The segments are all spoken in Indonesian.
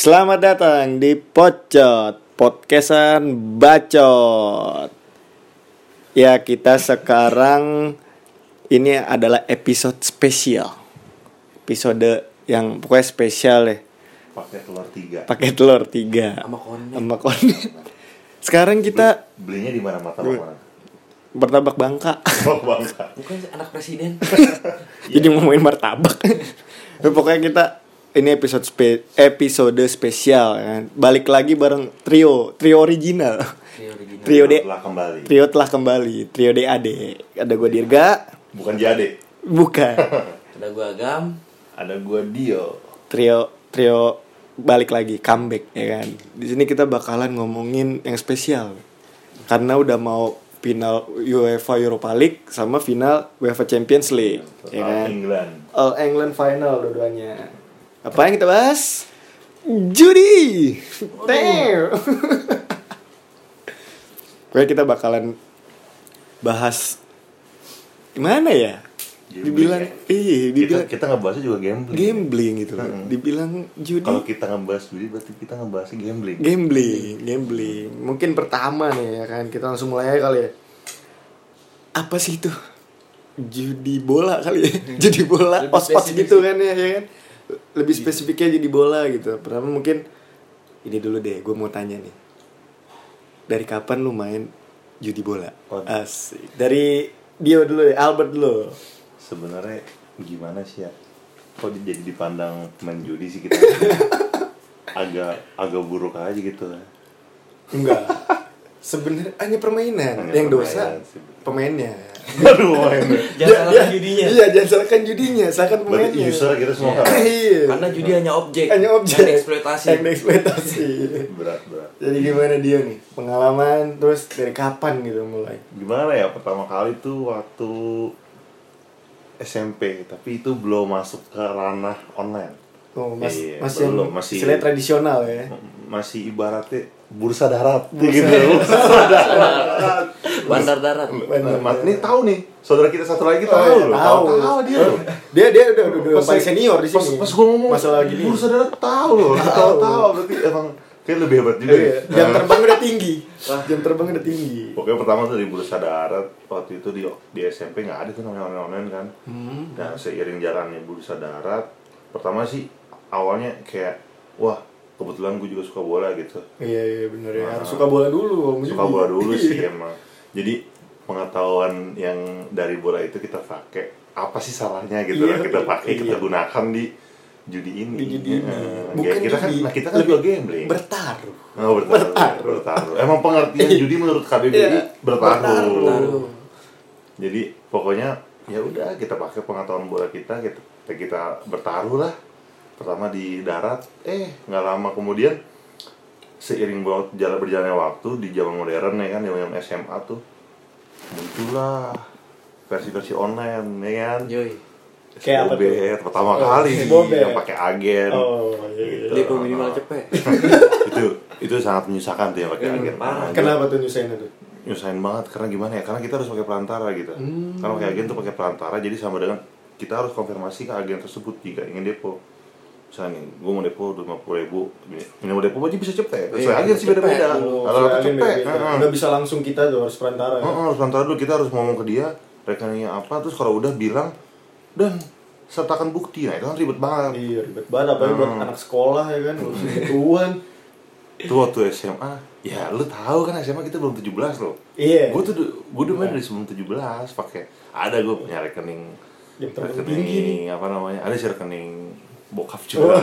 Selamat datang di Pocot, podcastan bacot. Ya, kita sekarang ini adalah episode spesial. Episode yang pokoknya spesial ya. Pakai telur 3 sama konen. Sekarang kita belinya di mana? Martabak Bangka. Oh, Bangka. Bukan anak presiden. Jadi ngomongin martabak. Pokoknya kita ini episode spesial kan. Balik lagi bareng trio original. Trio telah kembali. Trio DAD. Ada gue Dirga. Bukan Jade. Bukan. Ada gua Agam. Ada gue Dio. Trio balik lagi, comeback ya kan. Di sini kita bakalan ngomongin yang spesial. Karena udah mau final UEFA Europa League sama final UEFA Champions League, ya kan? All England final dua-duanya. Apa yang kita bahas? Judi. Pokoknya kita bakalan bahas gimana ya? Dibilang kita ngebahasnya juga gambling gitu. Dibilang judi. Kalau kita ngebahas judi berarti kita ngebahasnya gambling. Gambling. Mungkin pertama nih ya kan, kita langsung mulai kali ya. Apa sih itu? Judi bola kali ya. Judi bola, os-os gitu kan ya kan. Lebih spesifiknya judi bola gitu. Pertama mungkin ini dulu deh, gue mau tanya nih. Dari kapan lu main judi bola? Asik. Dari Dio dulu deh, Albert dulu. Sebenarnya gimana sih ya? Kok jadi dipandang main judi sih kita? agak buruk aja gitu. Enggak. Sebenarnya hanya permainan. Yang dosa pemainnya. Aduh, Jangan salahkan judinya. Iya, jangan salahkan judinya, salahkan pemainnya. User kita semua. Iya. Karena judi hanya objek. Yang dieksploitasi. Berat. Jadi gimana dia nih? Pengalaman terus dari kapan gitu mulai? Gimana ya? Pertama kali tuh waktu SMP, tapi itu belum masuk ke ranah online. Oh, masih masih tradisional ya. Masih ibaratnya bursa darat gitu. Bandar darat. Nih tahu nih, saudara kita satu lagi tahu dia. Dia udah paling senior di sini. Pas gua ngomong masalah gini, bursa darat tahu berarti emang kayak lebih hebat juga. Jam terbang udah tinggi. Pokoknya pertama tuh di bursa darat, waktu itu di SMP nggak ada tuh namanya online kan. Dan seiring jalannya bursa darat, pertama sih awalnya kayak wah, kebetulan gue juga suka bola gitu. Iya benar ya. Harus suka bola dulu. Suka bola dulu sih emang. Jadi pengetahuan yang dari bola itu kita pakai, apa sih salahnya gitu lah kita pakai, kita gunakan di judi ini. Bukan kita kan juga gambling. Bertaruh. Emang pengertian judi menurut KBBI bertaruh. Jadi pokoknya ya udah, kita pakai pengetahuan bola kita bertaruh lah. Pertama di darat, nggak lama kemudian seiring berjalannya waktu di zaman modern ya kan, zaman SMA tuh muncullah versi online ya kan. Kayak apa tuh? Pertama kali yang pakai agen. Gitu. Depo minimal cepet. itu sangat menyusahkan tuh yang pakai agen. Kenapa tuh nyusahin itu? Nyusahin banget karena gimana ya? Karena kita harus pakai perantara gitu. Karena pakai agen tuh pakai perantara, jadi sama dengan kita harus konfirmasi ke agen tersebut jika ingin depo. Misalnya nih, gue mau depo 50.000, mau depo aja bisa cepet. Soalnya agen sih beda-beda. Kalau cepet, nggak bisa langsung kita tuh, harus perantara. Harus perantara dulu, kita harus ngomong ke dia rekeningnya apa, terus kalau udah bilang dan sertakan bukti. Nah itu kan ribet banget. Iya ribet banget, apalagi buat anak sekolah ya kan, ngurusin gituan. Itu waktu SMA, ya lu tahu kan SMA kita belum 17 loh. Iya. Gue udah main dari sebelum 17 pakai. Ada gue punya rekening apa namanya? Ada sih rekening bokap juga.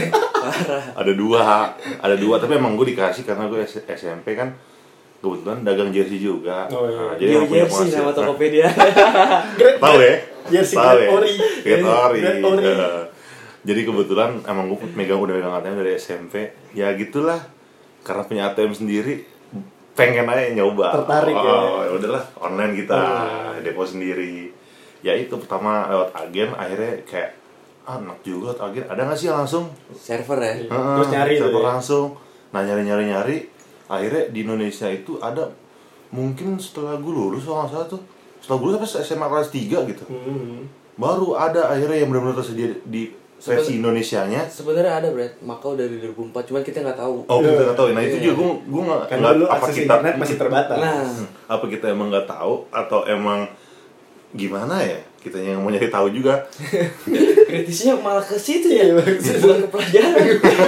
Ada dua tapi emang gue dikasih karena gue SMP kan kebetulan dagang jersey juga. Jadi jersey sama Tokopedia. Tahu ya? Jersey Great Ori. Jadi kebetulan emang gue udah megang ATM dari SMP. Ya gitulah. Karena punya ATM sendiri, pengen aja nyoba. Tertarik ya udahlah, online kita depo sendiri. Ya itu pertama lewat agen, akhirnya kayak enak juga lewat agen. Ada nggak sih yang langsung server ya? Terus nyari server langsung. Nah nyari. Akhirnya di Indonesia itu ada, mungkin setelah gue lulus kalau nggak salah tuh, setelah gue lulus SMA kelas 3 gitu. Baru ada akhirnya yang benar-benar tersedia di versi Indonesianya. Sebenarnya ada Brad, Makau dari 2004, cuman kita nggak tahu. Oh, kita nggak tahu. Nah, itu juga gue nggak Karena dulu apa akses kita internet masih terbatas. Nah, apa kita emang nggak tahu atau emang gimana ya? Kita yang mau nyari tahu juga. kritisnya malah ke situ ya, bukan ke pelajaran.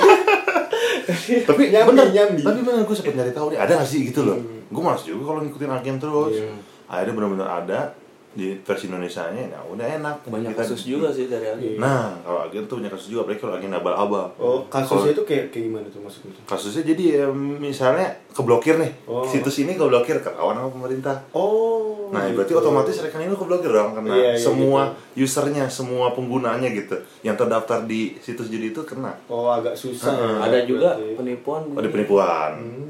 Tapi Nyambi. Tapi bener gue sempet nyari tahu nih, ada nggak sih gitu loh. Gue malas juga kalau ngikutin Alkem terus. Akhirnya benar-benar ada di versi Indonesianya, ya udah enak. Banyak Kita- kasus juga sih dari Alkem. Nah, kalau Alkem tuh banyak kasus juga, apalagi kalau Alkem abal-abal. Oh, kasusnya itu kayak gimana tuh maksudnya? Kasusnya jadi ya, misalnya keblokir nih, Oh. situs ini keblokir ketahuan sama pemerintah. Oh. Nah, berarti gitu. otomatis rekening lu keblokir dong karena Iya, semua usernya, semua penggunanya gitu yang terdaftar di situs judi itu kena. Oh, agak susah. ya, Ada juga berarti. penipuan. Ada penipuan.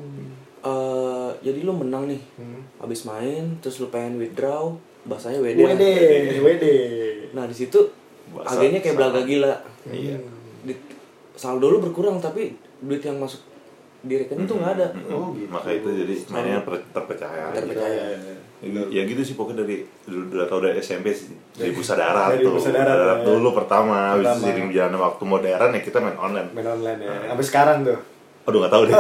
Jadi lu menang nih, habis main, terus lu pengen withdraw, bahasanya WD. WD. Nah di situ Bahasa agennya kayak sama. belaga gila. Iya. Saldo lu berkurang tapi duit yang masuk di rekening tuh nggak ada. Oh, gitu. Maka itu jadi mainnya terpercaya. Terpercaya. Ya gitu sih pokoknya dari dulu udah tau dari SMP sih, dari Busa Darat Dari tuh. Busa Darat, ya. Dulu pertama, habis itu Pertama. seiring jalan waktu modern ya kita main online. Main online ya. Sampai sekarang tuh. Aduh nggak tahu deh.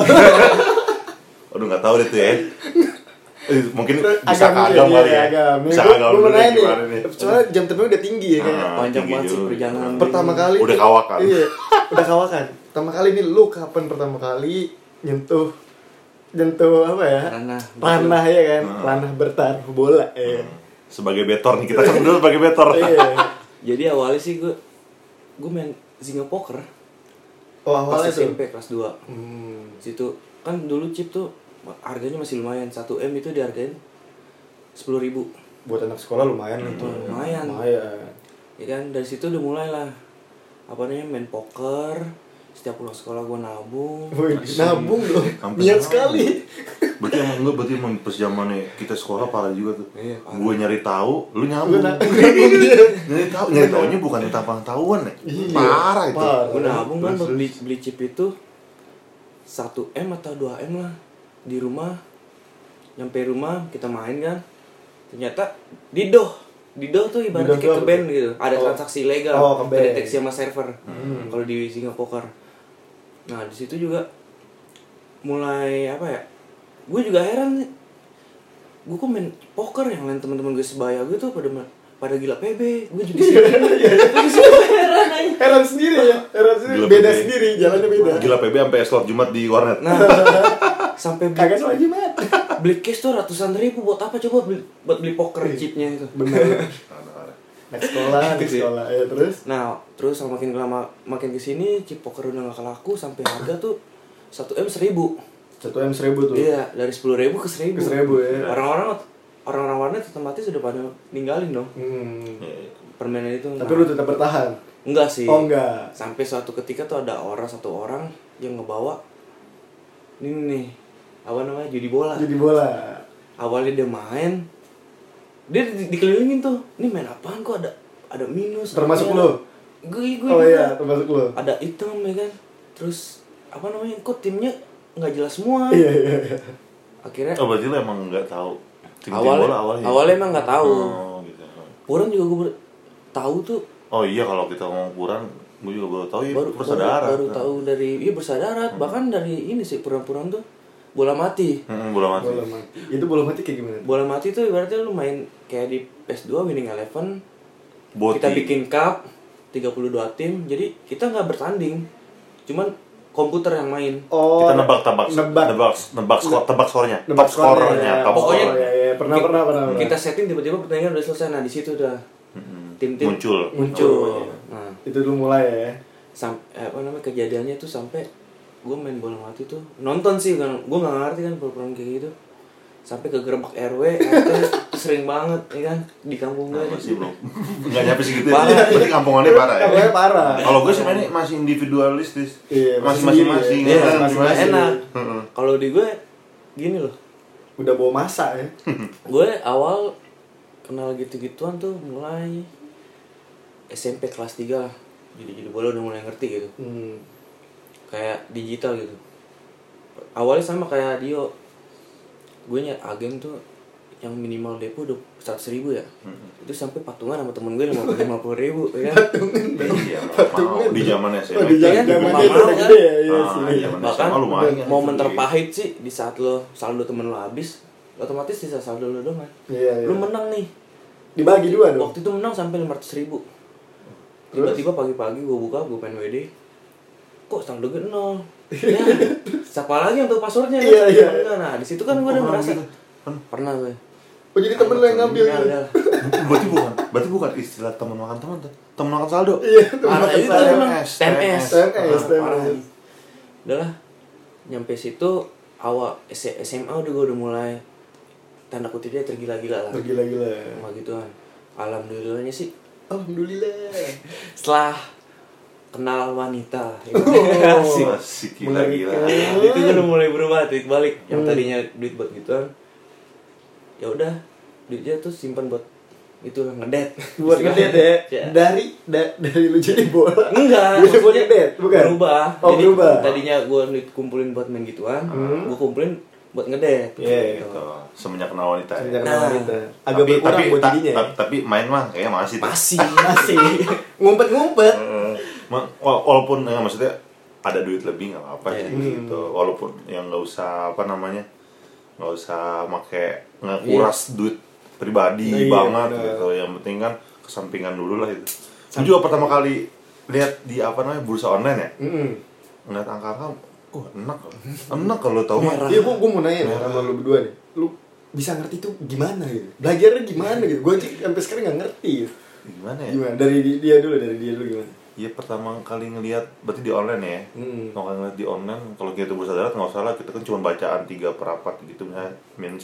Aduh nggak tahu deh tuh ya. Mungkin bisa Agam agam kali ya. Agam. Bisa Gue agam mau dulu deh nanya gimana nih. nih. Soalnya jam terbang udah tinggi ya kan. Panjang tinggi banget sih juga. perjalanan. Pertama kali Udah tuh- kawakan. Iya, udah kawakan. Pertama kali nih lu kapan pertama kali nyentuh apa ya? Ranah ya kan. Ranah bertaruh bola ya. Sebagai betor nih, kita kan dulu sebagai betor. Iya. Jadi awalnya sih gue main Zynga Poker Oh, pas awalnya tuh. SMP kelas 2. Situ kan dulu chip tuh harganya masih lumayan. 1M itu dihargain 10.000. Buat anak sekolah lumayan itu. Lumayan. Lumayan. Ya kan dari situ udah mulai lah apa namanya main poker. Setiap pulang sekolah gue nabung. Wih, nabung dong. Hampir Niat nabung. sekali. Berarti emang enggak, berarti emang pas zamannya kita sekolah parah juga tuh. Iya, parah. Gue nyari tahu, lu Lu nyambung. nabung. Nyari taunya bukan tentang pengetahuan ya. Parah itu. Parah. Gue nabung kan Terus, buat beli chip itu 1M atau 2M lah di rumah. Nyampe rumah kita main kan. Ternyata Dido tuh ibaratnya Dido kayak tuh ke band apa? gitu. Ada Oh. transaksi legal, Oh, ke band. terdeteksi sama server. Kalau di Zynga Poker. Nah, di situ juga mulai apa ya? Gue juga heran nih. Gue kok main poker yang lain teman-teman gue sebaya gue tuh pada gila PB. Gue juga sih. Gue sih heran aja. Heran sendiri ya. Heran sendiri. Gila Beda PB. sendiri, jalannya beda. Gila PB sampai slot Jumat di warnet. Nah, sampai Kagak salah Jumat. beli case tuh ratusan ribu buat apa coba buat beli poker chipnya itu. Bener. Next sekolah, next Gitu ya. sekolah. Ya terus. Nah, terus makin lama makin kesini chip poker udah gak laku sampai harga tuh 1M 1.000. 1M 1.000 tuh. Iya, dari 10.000 ke 1.000. Ke 1.000 ya. Orang-orang warnet otomatis udah pada ninggalin dong permainan itu. Tapi lu tetap bertahan. Enggak sih. Oh enggak. Sampai suatu ketika tuh ada satu orang yang ngebawa ini nih apa namanya judi bola. Jadi bola. Awalnya dia main, dia dikelilingin tuh, ini main apaan kok ada minus. Termasuk ada- lu? Gue Oh juga. iya, termasuk lu. Ada hitam ya kan. Terus apa namanya? Kok timnya nggak jelas semua. Iya, iya, iya. Akhirnya Oh berarti lu emang nggak tahu tim awalnya bola awalnya. awalnya emang nggak tahu. Oh gitu. Puran juga gue tahu tuh Oh iya kalau kita ngomong Puran, gue juga baru tahu ya bersaudara. baru tahu dari bersaudara bahkan dari ini sih Puran-Puran tuh bola mati. Bola mati. Bola mati. Itu bola mati kayak gimana? Bola mati tuh ibaratnya lu main kayak di PS2 Winning Eleven. Boti. Kita bikin cup 32 tim. Jadi kita nggak bertanding. Cuman komputer yang main. Oh. Kita nebak tebak skornya. Top skornya, top Pokoknya skornya. ya, pernah. Kita setting tiba-tiba pertandingan udah selesai. Nah, di situ udah tim-tim Muncul. Nah, Itu dulu mulai ya. apa namanya kejadiannya tuh sampai gue main bola mati tuh nonton sih kan gue nggak ngerti kan program kayak gitu sampai ke gerbak RW itu sering banget ya kan di kampung gue. Masih belum. Enggak nyampe segitu. Parah. Berarti kampungannya parah ya. Kampungannya parah. Kalau gue sih mainnya masih individualistis. Iya, masih masih masing-masing. sendiri ya. Iya, masing-masing. enak. Kalau di gue gini loh, Udah bawa masa ya. gue awal kenal gitu-gituan tuh mulai SMP kelas 3 lah. Jadi bola udah mulai ngerti gitu. Kayak digital gitu. Awalnya sama kayak Dio. Gue nyari agen tuh yang minimal depo udah 100.000 ya. Itu sampai patungan sama temen gue 50.000 ya kan. Iya, mau di zamannya sih. Oh, di zamannya itu udah gede ya. Iya sih. Bahkan lumayan. momen terpahit sih di saat lo saldo temen lo habis, otomatis sisa saldo lo doang kan. Iya. Lo menang nih. Dibagi dua dong. Waktu itu menang sampai 500.000. Tiba-tiba pagi-pagi gue buka, gue pengen WD. Kok saldo gue 0? Ya, siapa lagi yang tahu passwordnya? Iya. Nah, di situ kan gue udah merasa pernah gue. Oh jadi temen lo yang ngambil Ya, gitu? udah. Berarti bukan istilah teman makan teman tuh. Teman makan saldo. Iya, temen Nah, makan itu saldo. emang TMS. TMS. Udah lah, nyampe situ awal SMA gue udah mulai tanda kutipnya tergila-gila lah. Gila-gila. Sama gituan. Alhamdulillahnya sih Alhamdulillah. setelah kenal wanita Masih gila-gila. itu kan udah mulai berubah titik balik yang tadinya duit buat gituan ya udah duitnya tuh simpan buat itu ngedet Buat ngedet ya? Dari lu jadi bola? enggak Duitnya buat ngedet? Bukan? berubah Oh, jadi berubah. tadinya gue duit kumpulin buat main gituan gue kumpulin buat ngedet Iya, gitu. Gitu. Semenjak kenal wanita. Ya. Semenjak Nah, wanita. Agak berkurang buat jadinya ya? Tapi main mah kayaknya masih. tuh. masih Ngumpet-ngumpet. Walaupun maksudnya ada duit lebih nggak apa-apa Iya. sih gitu. Walaupun yang nggak usah nggak usah make ngekuras duit pribadi Iya, banget benar. gitu. Yang penting kan kesampingan dulu lah itu. Gue juga pertama kali lihat di bursa online ya. Ngeliat angka-angka, enak kalau tahu mah. Iya, gua mau nanya nih sama lu berdua nih. Lu bisa ngerti tuh gimana gitu? Belajarnya gimana gitu? Gua sampai sekarang nggak ngerti gitu. Gimana ya? Gimana? Dari dia dulu gimana? Iya pertama kali ngelihat berarti di online ya. Kalau ngeliat di online, kalau kita bursa darat nggak usah lah, kita kan cuma bacaan 3/4 gitu, misalnya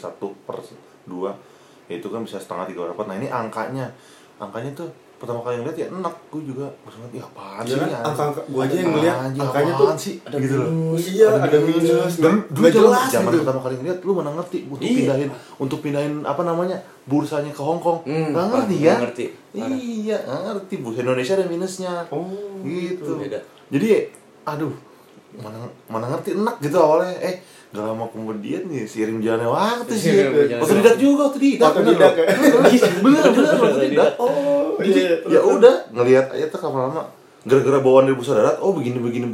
-1/2, ya itu kan bisa setengah 3/4. Nah ini angkanya tuh pertama kali ngeliat ya enak, gue juga maksudnya ya apaan sih kan? ya? Angka gua aja yang ngeliat angkanya tuh sih ada gitu loh. Iya, ada minus. Dulu Nggak jelas zaman gitu. pertama kali ngeliat lu mana ngerti Iya. untuk pindahin apa namanya bursanya ke Hong Kong. Nggak ngerti nggak ya? ngerti. Parah. Iya, nggak ngerti. Bursa Indonesia ada minusnya. Oh, gitu. beda. Jadi aduh, mana ngerti enak gitu awalnya. Gak lama kemudian nih seiring jalannya waktu sih. Otodidak juga, otodidak. Otodidak ya? Bener otodidak. Oh, Jadi ya udah ngelihat aja tuh lama-lama. Gara-gara bawaan dari bursa darat, oh begini.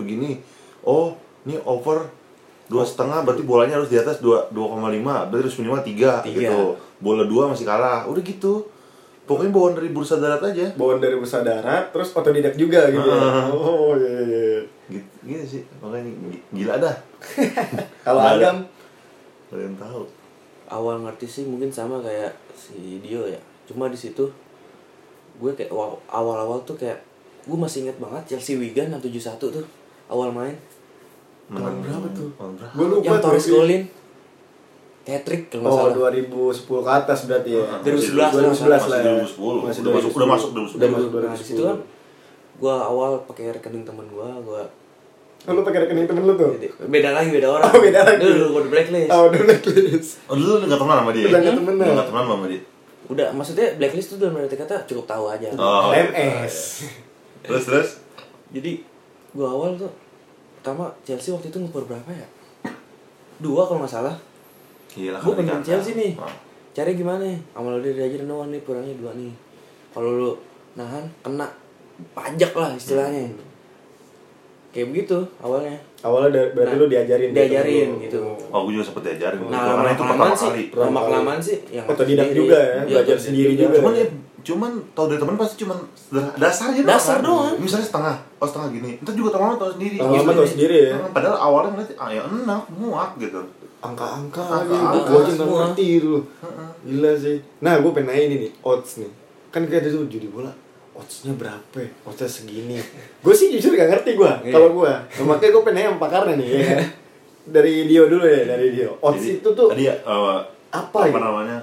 Oh, ini over 2,5 berarti bolanya harus di atas 2,5, berarti harus minimal 3 gitu. Bola 2 masih kalah. Udah gitu. Pokoknya bawaan dari bursa darat aja. Bawaan dari bursa darat, terus otodidak juga gitu ya? Oh, iya. Gitu sih, makanya gila dah. Kalau Adam? Gak ada yang tahu. Awal ngerti sih mungkin sama kayak si Dio ya. Cuma di situ gue kayak awal-awal tuh kayak gue masih inget banget Chelsea Wigan yang 7-1 tuh awal main. Tahun berapa tuh? Tahun berapa? Gue lupa Yang tuh. Torres golin. Hat-trick kalau nggak salah. 2010 ke atas berarti ya. 2011 lah ya. 2010. Masih Udah masuk 2010. Udah masuk Nah, di situ kan gue awal pakai rekening temen gue Oh, lu pakai rekening temen lu tuh? beda orang. Oh, beda lagi. Dulu gue udah blacklist. Oh, udah blacklist. Oh, dulu nggak temenan sama dia? Udah nggak temenan. Udah nggak temenan sama dia? Udah, maksudnya blacklist tuh dalam arti kata cukup tahu aja. Oh, MS. Terus? Jadi gue awal tuh pertama Chelsea waktu itu ngepor berapa ya? 2 kalau nggak salah. Gila Gue kali pengen kan. Chelsea nih. Oh. Cari gimana nih? Awal dia diajarin doang nih, kurangnya 2 nih. Kalau lu nahan kena pajak lah istilahnya. Kayak begitu awalnya. Awalnya berarti lu diajarin gitu. Oh, gue juga sempet diajarin. Nah, karena itu pertama kali. lama-kelamaan sih yang Otodidak juga ya, belajar sendiri juga. Cuman tau dari teman pasti cuman dasarnya Dasar doang. Misalnya setengah gini. Entar juga teman tahu sendiri. Lama-lama tahu sendiri ya. Padahal awalnya ngeliat ya enak, muak gitu. Angka-angka Angka-angka lagi. Gue aja nggak semua. ngerti dulu. Gila sih. Nah, gue pengen nanya ini nih, odds nih. Kan kayak ada tuh judi bola. Oddsnya berapa ya? Oddsnya segini. Gue sih jujur gak ngerti gue. Kalau gue, makanya gue pengen nanya sama pakarnya nih. Ya kan? Dari Dio dulu ya, dari Dio. Odds Jadi, itu tuh tadi ya apa apa gitu? namanya?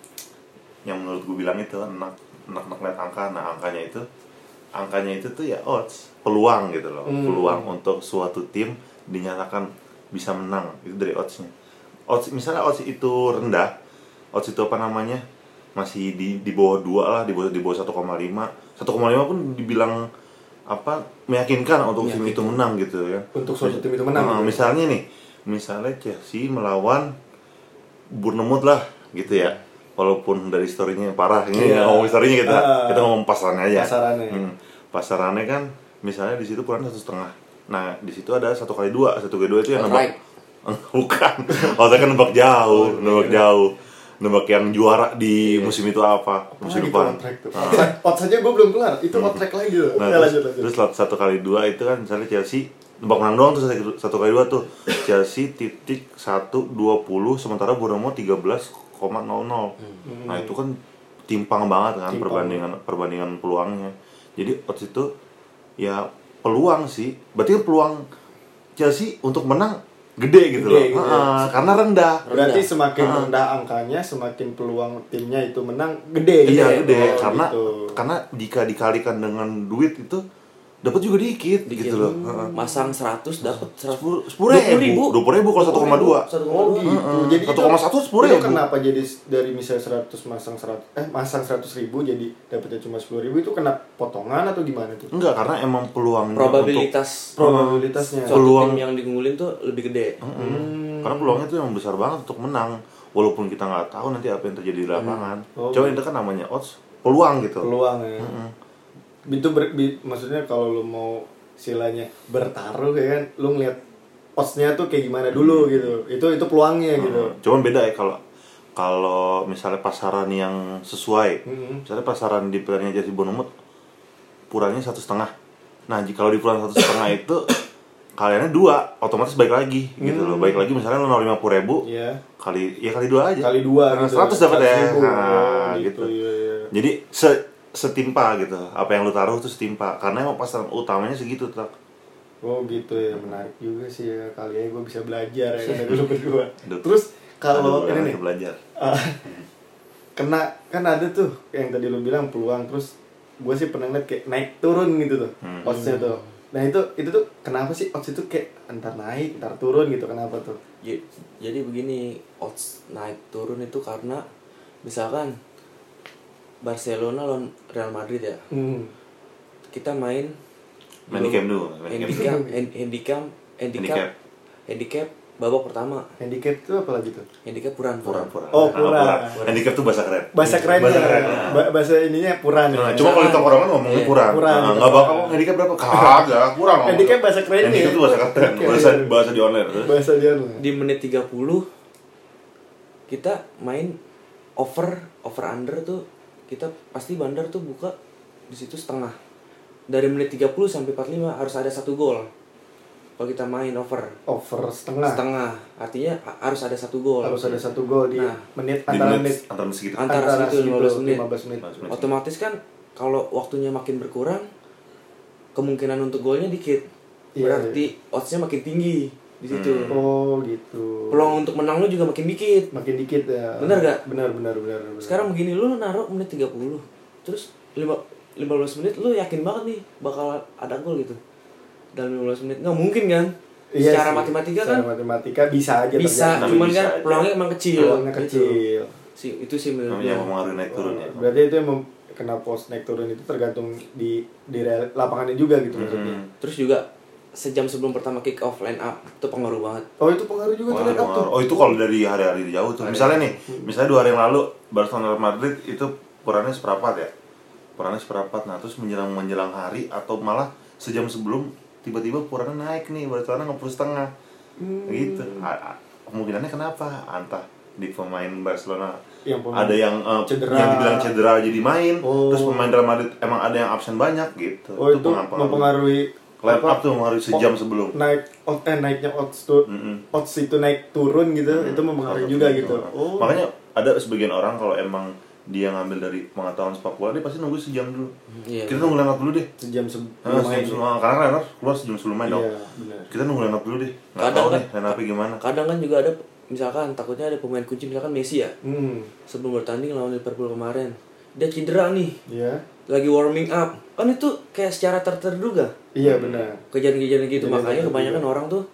Yang menurut gue bilang itu enak lihat angka. Nah, angkanya itu tuh ya odds, peluang gitu loh. Peluang untuk suatu tim dinyatakan bisa menang. Itu dari oddsnya. Odds misalnya odds itu rendah, odds itu apa namanya? Masih di bawah 2 lah, di bawah 1,5. 1,5 pun dibilang apa meyakinkan untuk tim itu menang gitu ya. Untuk suatu tim itu menang. Nah, misalnya Chelsea melawan Bournemouth lah gitu ya. walaupun dari story-nya parah, ini Iya. nggak ngomong story-nya kita ngomong pasarannya aja. Pasarannya. Pasarannya kan misalnya di situ ukuran 1,5. Nah di situ ada 1x2. 1x2 itu yang Outright. nebak. Bukan. Outright kan nebak jauh, nebak yang juara di musim itu apa? Musim depan. Odds saja gue belum kelar. Itu outright lagi loh. Nah, Ya, terus 1x2 itu kan misalnya Chelsea nebak menang doang tuh 1x2 tuh. Chelsea titik 1,20 sementara Bournemouth 13,00. Nah, itu kan timpang banget kan perbandingan peluangnya. Jadi odds itu ya peluang sih. Berarti kan peluang Chelsea untuk menang gede gitu Gede, loh. gitu. Karena rendah. Berarti semakin rendah angkanya, semakin peluang timnya itu menang gede. Iya, gede. Oh, Karena gitu. karena jika dikalikan dengan duit itu dapat juga dikit gitu loh. Masang 100 dapat 10.000 kalau 1,2. Oh gitu. Jadi 1,1 itu 10.000. kenapa jadi dari misalnya 100 masang 100.000 jadi dapatnya cuma 10.000 itu kena potongan atau gimana tuh? Enggak, karena emang peluangnya Probabilitasnya. suatu Peluang. tim yang diunggulin tuh lebih gede. karena peluangnya itu yang besar banget untuk menang. Walaupun kita nggak tahu nanti apa yang terjadi di lapangan. Oh. Coba itu kan namanya odds peluang gitu. Peluang ya. Itu maksudnya kalau lu mau silanya bertaruh ya kan, lu ngeliat odds-nya tuh kayak gimana dulu gitu. Itu peluangnya gitu. Cuman beda ya kalau misalnya pasaran yang sesuai. Misalnya pasaran di pertandingan Chelsea Bournemouth puranya 1,5. Nah, kalau di puran 1,5 itu kaliannya 2, otomatis balik lagi gitu loh. Balik lagi misalnya lo 50.000 Iya. kali 2 aja. Kali 2 gitu. 100 dapat ya. 100.000. Nah, gitu. Iya. Jadi setimpa gitu. Apa yang lu taruh tuh setimpa. Karena emang pasaran utamanya segitu tuh. Oh gitu ya, menarik juga sih ya. Kali aja gue bisa belajar ya kan dulu berdua. Terus kalau ini nih belajar. Kena kan ada tuh yang tadi lu bilang peluang, terus gue sih pernah ngeliat kayak naik turun gitu tuh odds-nya tuh. Nah itu tuh kenapa sih odds itu kayak entar naik entar turun gitu, kenapa tuh? Jadi begini, odds naik turun itu karena misalkan Barcelona lawan Real Madrid ya. Kita main Handicap dulu. handicap babak pertama. Handicap itu apa lagi tuh? Handicap puran. Oh, puran. Handicap tuh bahasa keren. Bahasa kerennya. Bahasa ininya puran ya. Nah, cuma kalau di tongkrongan ngomongnya kurang. Enggak bakal handicap berapa? Kagak, kurang. Handicap bahasa kerennya. Handicap itu bahasa keren. Bahasa di online. Bahasa dia. Di menit 30 kita main over under tuh kita pasti bandar tuh buka di situ setengah. Dari menit 30 sampai 45 harus ada 1 gol. Kalau kita main over setengah artinya harus ada 1 gol. Harus ada 1 gol di menit antara segitu 15 menit. Otomatis kan kalau waktunya makin berkurang kemungkinan untuk golnya dikit. Berarti odds-nya makin tinggi di situ. Oh gitu. Peluang untuk menang lu juga makin dikit. Makin dikit ya. Benar gak? Benar. Sekarang begini, lu naruh menit 30. Terus 15 menit lu yakin banget nih bakal ada gol gitu. Dalam 15 menit nggak mungkin kan? Iya secara sih. matematika Secara kan matematika bisa aja bisa, terjadi. cuman bisa kan aja. peluangnya emang kecil. Peluangnya kecil. Itu sih menurut Namanya gue. mempengaruhi naik turun ya. Berarti itu yang kenapa post naik turun itu tergantung di lapangannya juga gitu maksudnya. Terus juga sejam sebelum pertama kick off line up itu pengaruh banget. Oh itu pengaruh juga tuh line up tuh. Oh itu kalau dari hari-hari jauh tuh. Misalnya nih, misalnya 2 hari yang lalu Barcelona Madrid itu purannya seperempat ya. Nah terus menjelang hari atau malah sejam sebelum tiba-tiba purannya naik nih, Barcelona nge-push setengah. Gitu. Kemungkinannya kenapa? Entah di pemain Barcelona ada yang cedera. yang dibilang cedera jadi main, terus pemain Real Madrid emang ada yang absen banyak gitu. Oh itu mempengaruhi line up tuh mempengaruhi sejam sebelum. Naiknya odds tuh. Odds itu naik turun gitu, itu mempengaruhi juga gitu. Oh. Makanya ada sebagian orang kalau emang dia ngambil dari pengetahuan sepak bola dia pasti nunggu sejam dulu. Iya. Kita nunggu line up dulu deh. Sejam sebelum main. Karena line up keluar sejam sebelum main dong. Iya, benar. Kita nunggu line up dulu deh. Nggak Kadang tahu kan- nih line up gimana. Kadang kan juga ada misalkan takutnya ada pemain kunci misalkan Messi ya. Sebelum bertanding lawan Liverpool kemarin. Dia cedera nih. Iya. Lagi warming up. Kan itu kayak secara terduga. Iya benar. Kejadian-kejadian gitu. Makanya Kejadian kebanyakan orang tuh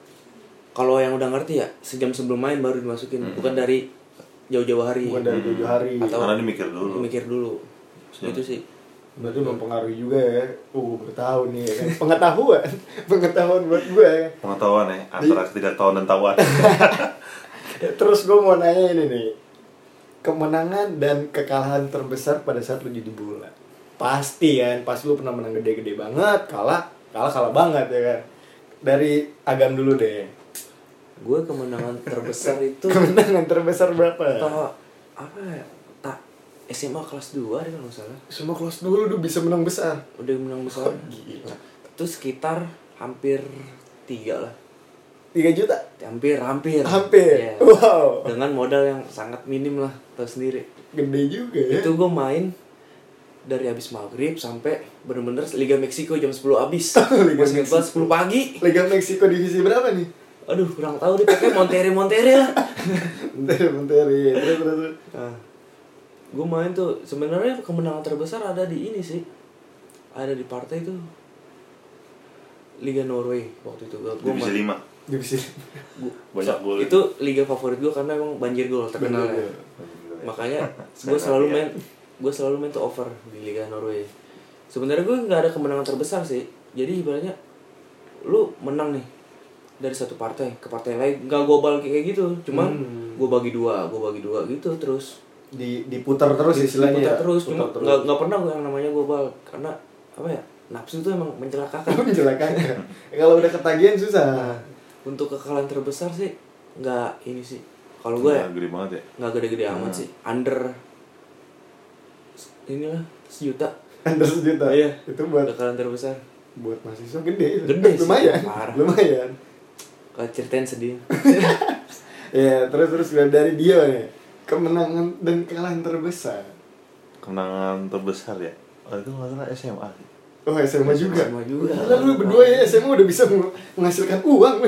kalau yang udah ngerti ya sejam sebelum main baru dimasukin, bukan dari jauh-jauh hari. Bukan dari 7 hari. Atau Karena dia mikir dulu. Itu sih. Berarti mempengaruhi juga ya. Bertahu nih ya kan. Pengetahuan buat gue ya. Pengetahuan ya antara ketidaktahuan dan tahuan. Terus gue mau nanya ini nih. kemenangan dan kekalahan terbesar pada saat lu judi bola. Pasti kan, pasti lu pernah menang gede-gede banget, kalah banget ya kan. Dari Agam dulu deh. Gue kemenangan terbesar itu Kemenangan terbesar berapa? apa ya? SMA kelas 2 deh kalau nggak salah. Semua kelas dulu udah bisa menang besar. Udah menang besar. Gila. Itu sekitar hampir 3 lah. 3 juta? Hampir. Hampir. Ya. Wow. Dengan modal yang sangat minim lah, tau sendiri. Gede juga ya. Itu gue main dari habis maghrib sampai bener-bener Liga Meksiko jam 10 habis. Liga Masih Meksiko. kelas 10 pagi. Liga Meksiko divisi berapa nih? Aduh, kurang tahu deh, pakai Monterrey lah. Bentar. Terus. Nah, gue main tuh sebenarnya kemenangan terbesar ada di ini sih. Ada di partai itu Liga Norway waktu itu. Divisi 5. Divisi. Banyak gol. Itu liga favorit gue karena emang banjir gol terkenal ya. Makanya gue selalu main tuh over di Liga Norway. Sebenarnya gue nggak ada kemenangan terbesar sih. Jadi ibaratnya lu menang nih dari satu partai ke partai lain, nggak global kayak gitu. Cuman gue bagi dua gitu terus. Diputar terus istilahnya. Diputar terus. Cuma nggak pernah gue yang namanya global karena apa ya? Nafsu itu emang mencelakakan. Mencelakakan. Kalau udah ketagihan susah. Nah, untuk kekalahan terbesar sih nggak ini sih. Kalau gue ya gede banget ya. nggak gede-gede amat sih. Under inilah 1 juta. Under 1 juta. Iya. Itu buat Kekalahan terbesar. mahasiswa gede. Gede sih, lumayan. parah. Lumayan. Kalau ceritain sedih. Ya, terus dari dia nih. Kemenangan dan kekalahan terbesar. Kemenangan terbesar ya. Oh, itu nggak salah SMA sih. Oh, SMA juga. SMA juga. Gila, lu berdua ya SMA udah bisa menghasilkan uang.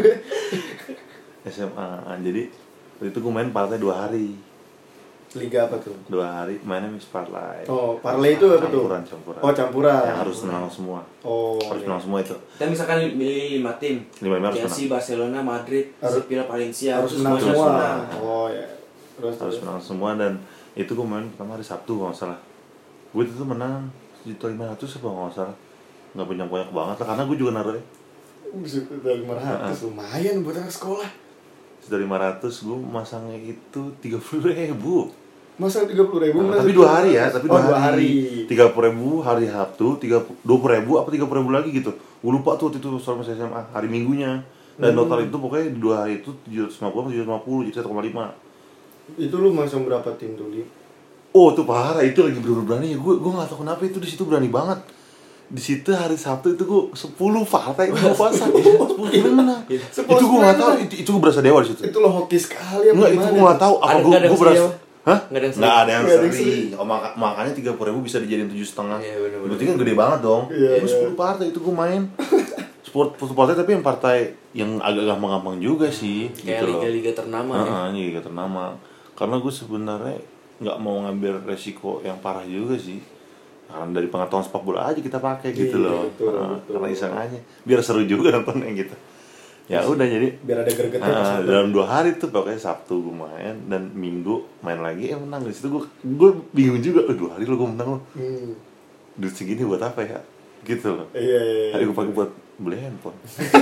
SMA. Jadi waktu itu gue main partai 2 hari. Liga apa tuh? 2 hari mainnya mix parlay. Oh, parlay itu apa tuh? Campuran. Oh, campuran. Yang harus menang semua. Oh. Harus menang semua itu. Kita misalkan milih 5 tim. 5 harus Chelsea, menang. Barcelona, Madrid, Harus- Sevilla, Valencia. Harus menang semuanya semua. menang. Oh ya. Terus Harus menang semua dan itu gue main pertama hari Sabtu kalau nggak salah. Gue itu tuh menang 1.500 apa nggak salah. Nggak banyak banget lah karena gue juga naruh ya. Dari 500 lumayan buat anak sekolah. 1.500 gue masangnya itu 30.000. Masa 30.000? Tapi 2 hari ya, tapi 2 2 hari. 30.000 hari Sabtu, 20.000 apa 30.000 lagi gitu. Gue lupa tuh waktu itu soal masih SMA hari Minggunya. Dan total itu pokoknya di 2 hari itu 750 750 jadi 1,5. Itu lu masang berapa tim tuh, Di? Oh, itu parah, itu lagi berani ya. Gue enggak tahu kenapa itu di situ berani banget. Di situ hari Sabtu itu gue 10 partai gue pasang. 10 menang. Itu gue enggak tahu, itu gue berasa dewa di situ. Itu lo hoki sekali. Enggak, itu gue enggak tahu apa gue berasa. Hah? Nggak ada yang Nggak ada yang Nggak ada yang seri. Oh, makanya 30.000 bisa dijadiin 7,5. Iya, bener-bener. Berarti kan gede banget dong. Iya, Gue 10 partai itu gue main. 10 partai tapi yang partai yang agak gampang-gampang juga sih. Kayak gitu loh. liga-liga ternama ya. Ini liga ternama. Karena gue sebenarnya nggak mau ngambil resiko yang parah juga sih. Karena dari pengetahuan sepak bola aja kita pakai gitu Iya, loh. betul. Karena iseng aja. Biar seru juga nontonnya gitu. Ya udah jadi Biar ada gregetnya pas ada. dalam 2 hari tuh pokoknya Sabtu gue main dan Minggu main lagi menang. Di situ gue bingung juga. 2 hari lo gue menang lo. Duit segini buat apa ya? Gitu loh. Iya. Hari gue pakai buat beli handphone.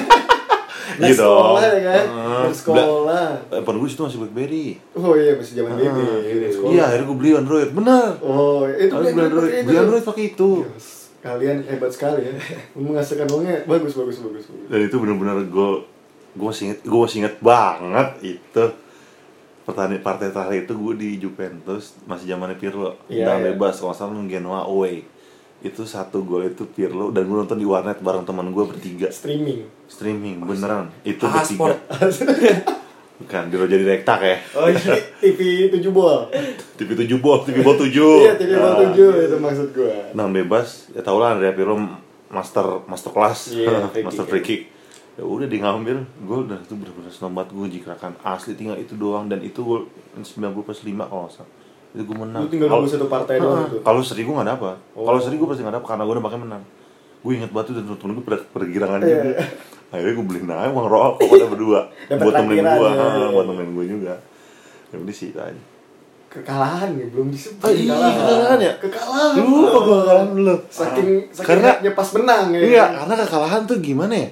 Sekolah ya kan? Bersekolah. Handphone gue itu masih BlackBerry. Oh iya, masih zaman BB. Iya, akhirnya gue beli Android. Benar. Oh, itu Harus beli Android. Beli Android pakai itu. Yes. Kalian hebat sekali ya. Menghasilkan uangnya bagus. Dan itu benar-benar gue masih inget banget itu. Partai terakhir itu gue di Juventus masih zamannya Pirlo. Iya, Dan iya. bebas kalau nggak salah Genoa away. Itu 1 gol itu Pirlo dan gue nonton di warnet bareng teman gue bertiga. Streaming beneran. Itu bertiga. Sport. Bukan, di Roja Direktak ya. Oh iya, TV 7 bol. TV 7 bol 7. Iya, TV bol 7 itu maksud gua. Nah bebas, ya tau lah Andrea Pirlo master kelas, Iya, free master kick. free kick. Ya udah dia ngambil gol dan itu benar-benar senang banget gue jikrakan asli tinggal itu doang dan itu gol 90+5 kalau nggak salah. Itu gue menang. Lu tinggal nunggu satu partai doang itu. Kalau seri gue nggak dapat. Oh. Kalau seri gue pasti nggak dapat karena gue udah pakai menang. Gue inget batu dan temen gue pergirangan Iya. juga. Akhirnya gue beliin aja uang rokok pada berdua. Dapet Buat temenin takbiran, gue, ya. buat temenin gue juga. Ya udah sih itu aja. Kekalahan nih, belum disebut. Oh iya, kekalahan ya? Kekalahan. Lupa gue kekalahan dulu. Saking Karena- hype-nya pas menang ya. Iya, karena kekalahan tuh gimana ya?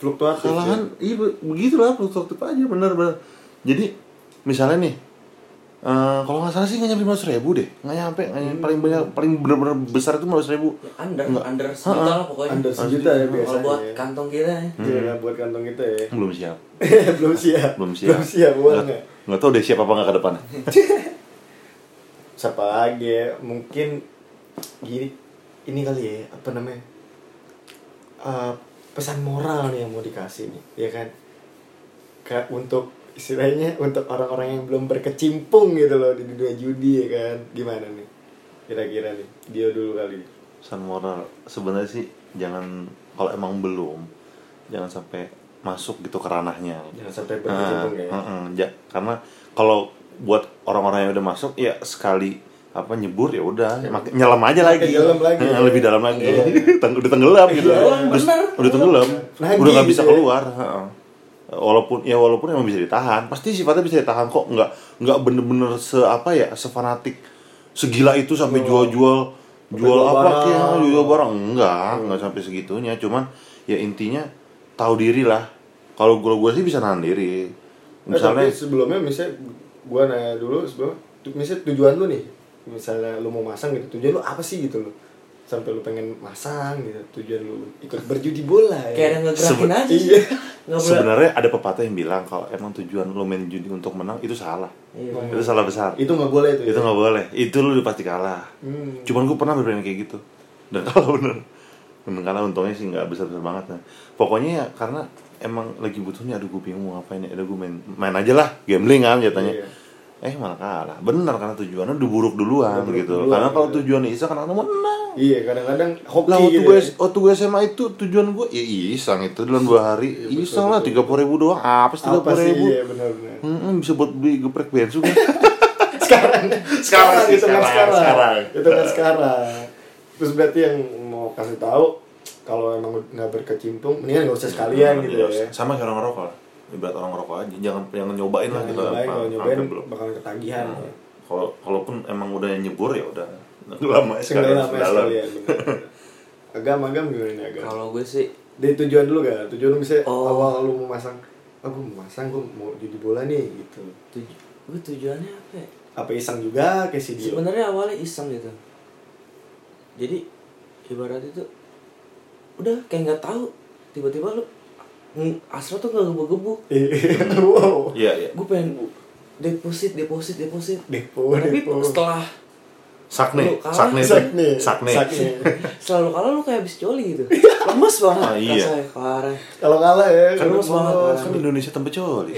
Fluktuatif. Kekalahan, iya begitulah fluktuatif aja benar. Jadi misalnya nih, Kalau nggak salah sih nggak nyampe 500.000 deh, nggak nyampe. Paling banyak, paling benar-benar besar itu 500.000. Ya, under sejuta lah pokoknya. Under sejuta ya biasanya. Kalau buat kantong kita ya. Iya, buat kantong kita ya. Belum siap. Belum siap. Belum siap uangnya. Nggak tahu deh siapa apa nggak ke depannya. Siapa lagi ya? Mungkin gini, ini kali ya, apa namanya? Pesan moral nih yang mau dikasih nih, ya kan? Untuk istilahnya untuk orang-orang yang belum berkecimpung gitu loh di dunia judi, ya kan? Gimana nih? Kira-kira nih, dia dulu kali. Pesan moral sebenarnya sih jangan, kalau emang belum, jangan sampai masuk gitu ke ranahnya. Jangan sampai berkecimpung ya. Karena kalau buat orang-orang yang udah masuk ya sekali apa nyebur ya udah nyelam aja lagi. Lebih dalam lagi. Udah tenggelam gitu. Udah tenggelam. Udah nggak bisa keluar. Walaupun emang bisa ditahan, pasti sifatnya bisa ditahan kok, nggak bener-bener sefanatik segila itu sampai jual apa kayak jual barang, nggak sampai segitunya. Cuman ya intinya tahu diri lah. Kalau gue sih bisa nahan diri. Misalnya tapi sebelumnya misalnya gue nanya dulu misalnya tujuan lu nih, misalnya lu mau masang gitu, tujuan lu apa sih gitu lo, sampai lu pengen masang gitu, tujuan lu ikut berjudi bola ya. Kayak ada ngegerakin aja sih. Iya. Sebenarnya ada pepatah yang bilang kalau emang tujuan lu main judi untuk menang itu salah. Itu salah besar. Itu nggak boleh itu. Itu nggak boleh. Itu lu udah pasti kalah. Cuman gue pernah bermain kayak gitu dan kalah bener. Karena untungnya sih nggak besar-besar banget. Nah, pokoknya ya karena emang lagi butuhnya, aduh gue bingung mau ngapain ya, aduh gue main aja lah, gambling kan jatanya. Malah kalah. Bener, karena tujuannya udah buruk duluan gitu. Karena kalau tujuannya iseng kan menang. Iya, kadang-kadang hoki lah, gitu. Waktu gue SMA itu tujuan gue ya iseng itu dalam 2 hari. Iseng lah 30.000 doang. Apa sih 30.000? Iya, benar. Bisa buat beli geprek bensu kan. Sekarang. Itu kan sekarang. Terus berarti yang mau kasih tahu kalau emang nggak berkecimpung, mendingan nggak usah sekalian gitu ya. Sama kayak orang ngerokok lah. Ibarat orang ngerokok aja, jangan nyobain lah gitu. Kalau nyobain bakalan ketagihan. Kalaupun emang udah nyebur ya udah. Lama sekalian. Agam gimana nih agam? Kalau gue sih dari tujuan dulu gak? Tujuan lu misalnya awal lu mau masang, gue mau masang, gue mau judi bola nih gitu. Gue tujuannya apa ya? Apa iseng juga kayak si Dio? Sebenarnya awalnya iseng gitu. Jadi ibarat itu udah kayak nggak tahu, tiba-tiba lu asal tuh nggak gebu-gebu. Wow. Iya. Gue pengen deposit. Depo. Tapi setelah sakne. Selalu kalah lu kayak habis coli gitu. Lemes banget. Iya. Rasanya parah. Kalau kalah ya. Kan lemes banget. Kan Indonesia tempat coli.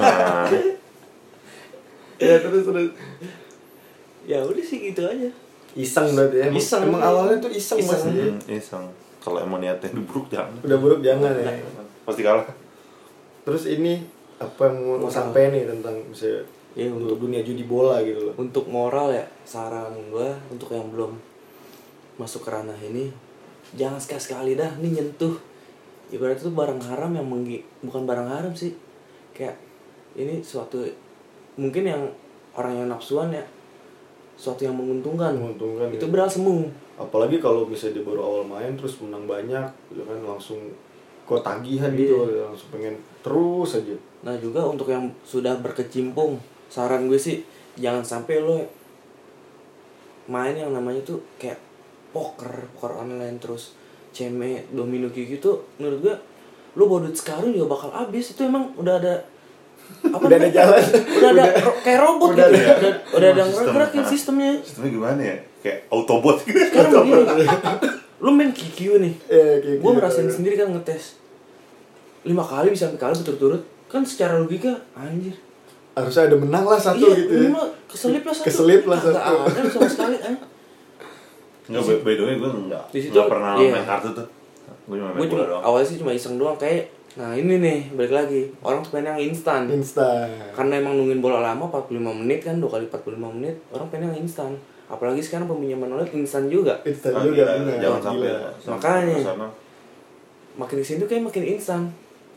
Ya terus. Ya udah sih gitu aja. Iseng berarti ya. Emang awalnya tuh iseng. Iseng. Kalau emang niatnya udah buruk jangan. Udah buruk jangan ya. Pasti kalah. Terus ini apa yang mau sampai nih tentang misalnya untuk dunia judi bola gitu loh. Untuk moral ya, saran gue untuk yang belum masuk ke ranah ini, jangan sekali-sekali dah nih nyentuh. Ibarat itu barang haram yang bukan barang haram sih. Kayak ini suatu mungkin yang orang yang nafsuan ya, suatu yang menguntungkan. Itu ya. beral semu. Apalagi kalau misalnya dia baru awal main terus menang banyak, gitu kan langsung kok tagihan gitu, langsung pengen terus aja. Nah juga untuk yang sudah berkecimpung, saran gue sih jangan sampai lo main yang namanya tuh kayak poker online terus ceme domino gitu. Menurut gue lo bawa duit sekarang juga bakal habis. Itu emang udah ada udah ada jalan, udah ada kayak robot udah gitu ya. Udah ada gerakin sistemnya gimana ya, kayak autobot gitu. Sekarang begini, lu main QQ nih, gue ngerasain sendiri kan ngetes 5 kali bisa sampai kalah berturut-turut kan, secara logika anjir harusnya ada menang lah satu gitu ya. Minimal keselip lah satu. Gak ada sama sekali Nggak, by the way gue nggak pernah main kartu tuh. Gue cuma awalnya sih cuma iseng doang kayak. Nah ini nih balik lagi, orang tuh pengen yang instan. Karena emang nungguin bola lama 45 menit kan, 2 kali 45 menit, orang pengen yang instan. Apalagi sekarang peminjaman online instan juga. Jangan sampai. Makanya makin kesini tuh kayak makin instan.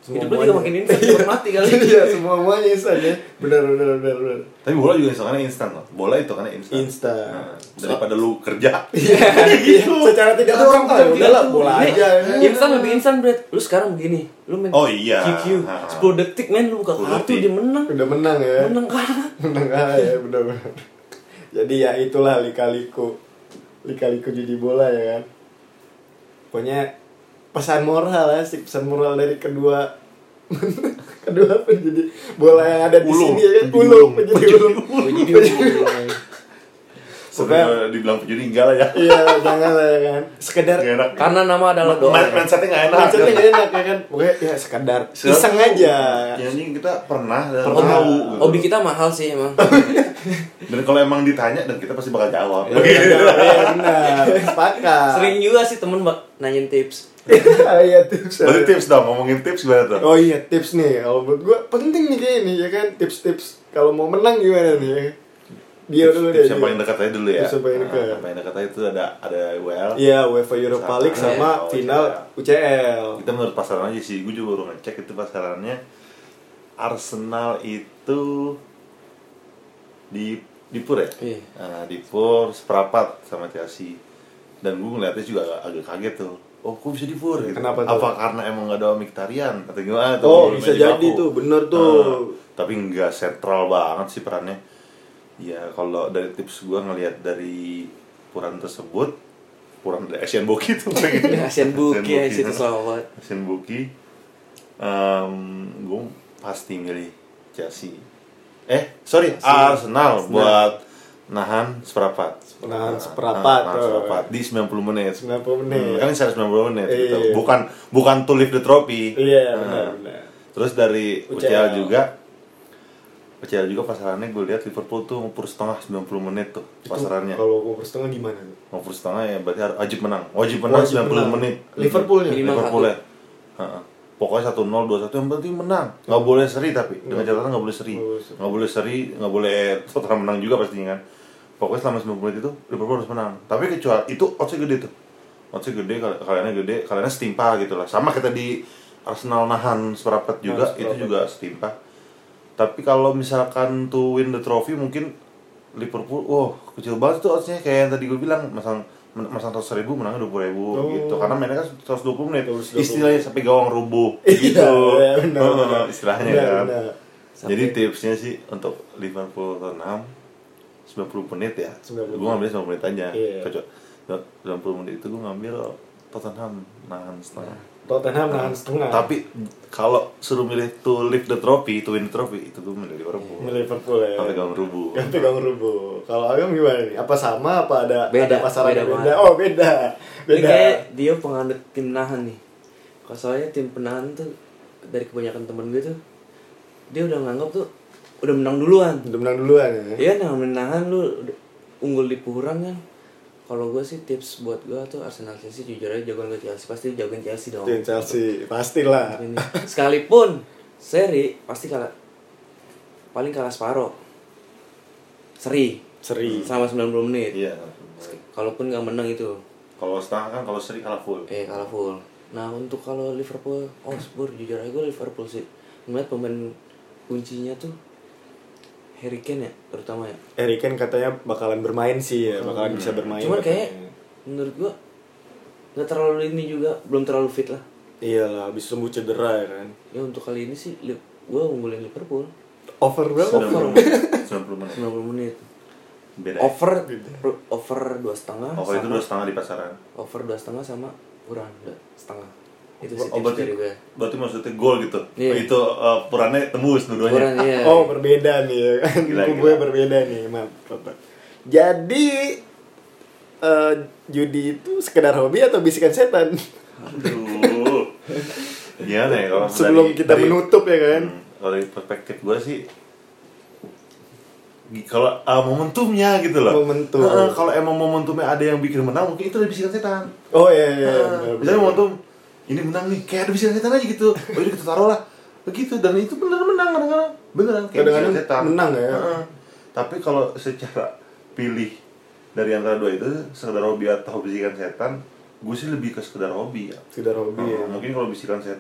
Hidup lu juga makin instan, cepet mati kali. Iya, semuanya instan ya. Benar. Tapi bola juga hitungannya instan loh. Bola hitungannya instan. Instan. Nah, daripada lu kerja. Gitu. Secara tidak orang tahu, udahlah bola aja. Instan lebih instan, Bret. Lu sekarang begini, lu main Oh iya. QQ 10 detik men lu buka 10 kartu detik. dia menang. Udah menang ya. Menang kan? Menang ya, benar. Jadi ya itulah lika-liku judi bola ya kan. Pokoknya pesan moral ya sih, pesan moral dari kedua penjudi bola yang ada di sini ya kan. Penjudi ulung. Sebenarnya dibilang penjudi enggak lah ya. Iya, jangan lah ya kan. Sekedar Nggak enak. Karena nama adalah doa. Mindsetnya nggak enak. mindsetnya nggak enak ya kan. Pokoknya ya sekedar iseng aja. Ya ini kita pernah dan Pernah. tahu. Gitu. Hobi kita mahal sih emang. Dan kalau emang ditanya dan kita pasti bakal jawab. Iya benar. Sepakat. Sering juga sih temen nanyain tips. Iya tips. Berarti tips dong, ngomongin tips gimana tuh? Oh iya tips nih. Kalau menurut gua penting nih kayak ini ya kan, tips-tips kalau mau menang gimana nih ya. Dia dulu deh. Tips yang paling dekat aja dulu ya. Tips yang paling dekat. Yang paling dekat aja itu ada WL. Iya, UEFA Europa League sama final UCL. Kita menurut pasaran aja sih, gue juga baru ngecek itu pasarannya. Arsenal itu di Pur ya? Iya. Nah, di Pur seperempat sama Chelsea. Dan gue ngeliatnya juga agak kaget tuh. Oh, kok bisa di Pur gitu? Kenapa tuh? Apa karena emang gak ada Mkhitaryan atau gimana tuh? Oh, Belum bisa main di jadi Baku. tuh, bener tuh. Tapi nggak sentral banget sih perannya. Ya kalau dari tips gue ngelihat dari Puran tersebut, Puran dari Asian Boki tuh pengen. Asian Book ya, situ selamat. Asian Boki, gue pasti milih Chelsea. Arsenal buat nahan seperempat. Nahan seperempat. Nahan seperempat di 90 menit. 90 menit. Kan bisa 90 menit gitu. Iya. Bukan to lift the trophy. Iya, Nah, benar. Terus dari UCL UCL juga pasarannya gue lihat Liverpool tuh ngoper setengah 90 menit tuh pasarannya. Kalau ngoper setengah gimana tuh? Ngoper setengah ya berarti wajib menang 90 menit. Liverpoolnya. Minimal Liverpool ya. Heeh. Pokoknya 1-0, 2-1 yang penting menang. Nggak boleh seri tapi dengan catatan nggak boleh seri. Nggak boleh Tottenham menang juga pastinya kan. Pokoknya selama 90 menit itu Liverpool harus menang. Tapi kecuali itu oddsnya gede tuh. Oddsnya gede, kaliannya setimpa gitu lah. Sama kita di Arsenal nahan seperempat juga, itu juga setimpa. Tapi kalau misalkan to win the trophy mungkin Liverpool, kecil banget tuh oddsnya kayak yang tadi gue bilang, masang 100.000 menangnya 20.000 gitu. Karena mainnya kan 120 menit. Istilahnya sampai gawang rubuh gitu. Iya, benar. Istilahnya kan. Jadi tipsnya sih untuk Liverpool Tottenham 90 menit ya. 90 Gue ngambil 90 menit aja. Iya. Kecuali 90 menit itu gue ngambil Tottenham nahan setengah. Tottenham nahan setengah. Tapi kalau suruh milih to lift the trophy, to win the trophy, itu gue milih Liverpool. Liverpool ya. Sampai gawang rubuh. Sampai gawang rubuh. Kalau Agam gimana nih? Apa sama apa ada Beda, pasaran beda beda? banget. Oh, beda. Ini kayak dia penganut tim penahan nih. Kalau soalnya tim penahan tuh dari kebanyakan temen gue tuh dia udah nganggap tuh udah menang duluan. Udah menang duluan ya. Iya, menahan lu unggul di Purang kan. Kalau gue sih tips buat gue tuh Arsenal Chelsea jujur aja jagoan ke Chelsea, pasti jagoan Chelsea dong. Tim Chelsea pastilah. Ini. Sekalipun seri pasti kalah, paling kalah separuh. Seri selama 90 menit. Iya. Kalaupun nggak menang itu. Kalau setengah kan, kalau seri kalah full. Kalah full. Nah untuk kalau Liverpool, jujur aja gue Liverpool sih. Ngeliat pemain kuncinya tuh Harry Kane ya, terutama ya. Harry Kane katanya bakalan bermain sih ya, bakalan bisa bermain. Cuman kayak menurut gua nggak terlalu ini juga, belum terlalu fit lah. Iyalah, habis sembuh cedera ya kan. Ya untuk kali ini sih gua unggulin Liverpool. Over berapa? 90 menit. 90 menit. Beda. Over 2,5. Over itu 2,5 di pasaran. Over 2,5 sama kurang 2,5. Itu sih Oh, tips dari gue. berarti maksudnya gol gitu. Iya. Itu purannya tembus dua-duanya. Kurang iya. Oh, berbeda nih ya kan. Gila. Kubunya berbeda nih, mantap. Jadi judi itu sekedar hobi atau bisikan setan? Aduh. Gimana ya kalau Sebelum kita menutup ya kan. Kalau dari perspektif gue sih kalau momentumnya gitu loh. Momentum. Kalau emang momentumnya ada yang bikin menang, mungkin itu dari bisikan setan. Oh iya. Misalnya momentum ini menang nih, kayak ada bisikan setan aja gitu. Oh ini kita taruh lah. Begitu, dan itu beneran menang kadang-kadang. Beneran kayak Kadang-kadang bisikan setan. menang ya. Tapi kalau secara pilih dari antara dua itu, sekedar hobi atau bisikan setan, gue sih lebih ke sekedar hobi ya. Sekedar hobi ya. Mungkin kalau bisikan setan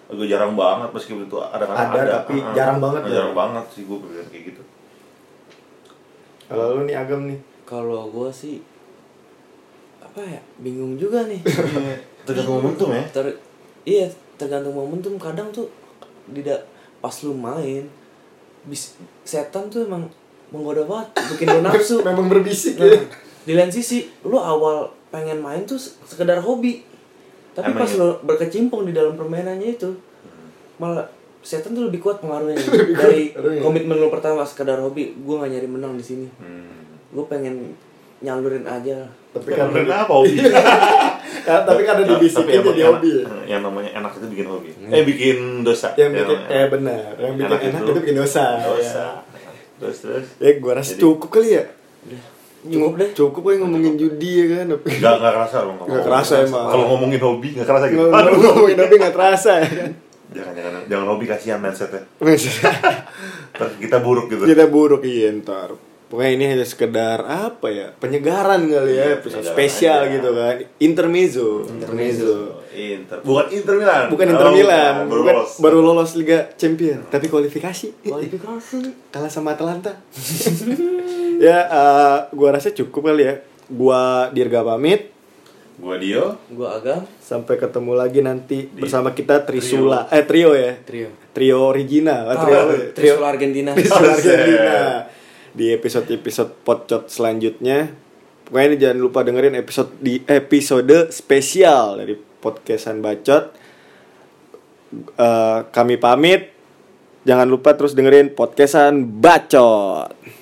agak jarang banget meskipun itu ada tapi jarang banget ya. Jarang banget sih gue berpikir kayak gitu. Kalau lu nih Agam nih, Kalau gue sih apa ya, bingung juga nih. Tergantung momentum ya. Iya, tergantung momentum. Kadang tuh pas lu main, setan tuh emang menggoda banget, bikin lu nafsu. memang berbisik Nah, ya. di lain sisi, lu awal pengen main tuh sekedar hobi, tapi Emang pas ya? lu berkecimpung di dalam permainannya itu, malah setan tuh lebih kuat pengaruhnya dari komitmen lu pertama sekedar hobi. Gue gak nyari menang di sini, gue pengen nyalurin aja. Tapi kan apa hobi? tapi kan ada dibisikin jadi hobi. Yang namanya enak itu bikin hobi. Bikin dosa. Yang bikin benar. Yang bikin enak itu bikin dosa. Dosa. Ya. Terus. Gua rasa cukup kali ya. Cukup deh. Cukup aja ngomongin judi ya kan. Gak kerasa loh. Gak kerasa emang. Kalau ngomongin hobi gak kerasa gitu. Ngomongin hobi gak terasa ya kan. Jangan hobi, kasihan mindsetnya. Terus kita buruk gitu. Kita buruk iya ntar. Pokoknya ini hanya sekedar apa ya, penyegaran kali ya, episode spesial aja. gitu kan. Intermezzo. Bukan Inter Milan. Bukan Inter Milan, baru lolos. lolos Liga Champion, tapi kualifikasi. Kualifikasi. Kalah sama Atalanta. Ya, gua rasa cukup kali ya. Gua Dirga pamit. Gua Dio. Gua Agam. Sampai ketemu lagi nanti bersama kita Trisula. Trio ya. Trio Regina, Trio Argentina. Trisula Argentina. Di episode Podcot selanjutnya. Pokoknya ini jangan lupa dengerin episode spesial dari Podcastan Bacot. Kami pamit. Jangan lupa terus dengerin Podcastan Bacot.